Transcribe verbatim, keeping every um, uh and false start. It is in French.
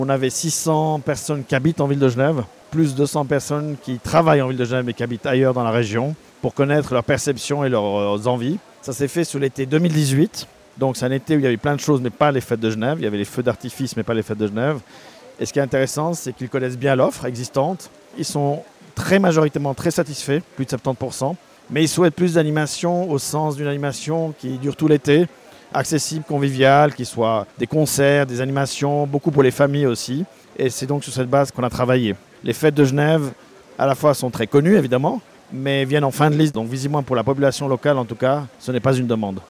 On avait six cents personnes qui habitent en ville de Genève, plus deux cents personnes qui travaillent en ville de Genève mais qui habitent ailleurs dans la région, pour connaître leurs perceptions et leurs envies. Ça s'est fait sur l'été deux mille dix-huit. Donc c'est un été où il y avait plein de choses, mais pas les fêtes de Genève. Il y avait les feux d'artifice, mais pas les fêtes de Genève. Et ce qui est intéressant, c'est qu'ils connaissent bien l'offre existante. Ils sont très majoritairement très satisfaits, plus de soixante-dix pour cent. Mais ils souhaitent plus d'animation au sens d'une animation qui dure tout l'été, accessible, conviviale, qui soit des concerts, des animations, beaucoup pour les familles aussi. Et c'est donc sur cette base qu'on a travaillé. Les fêtes de Genève, à la fois, sont très connues, évidemment, mais viennent en fin de liste. Donc visiblement, pour la population locale, en tout cas, ce n'est pas une demande.